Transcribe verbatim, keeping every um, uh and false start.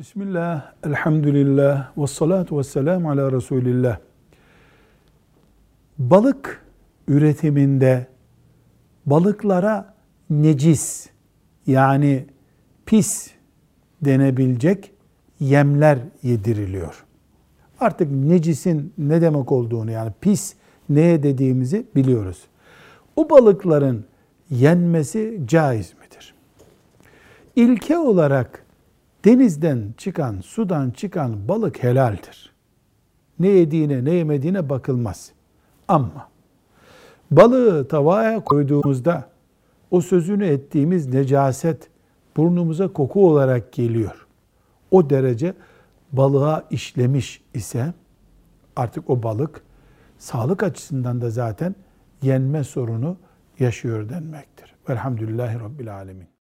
Bismillah, elhamdülillah, ve salatu ve selamu ala Resulillah. Balık üretiminde balıklara necis, yani pis denebilecek yemler yediriliyor. Artık necisin ne demek olduğunu, yani pis neye dediğimizi biliyoruz. O balıkların yenmesi caiz midir? İlke olarak denizden çıkan, sudan çıkan balık helaldir. Ne yediğine, ne yemediğine bakılmaz. Ama balığı tavaya koyduğumuzda o sözünü ettiğimiz necaset burnumuza koku olarak geliyor. O derece balığa işlemiş ise artık o balık sağlık açısından da zaten yenme sorunu yaşıyor denmektir. Velhamdülillahi Rabbil Alemin.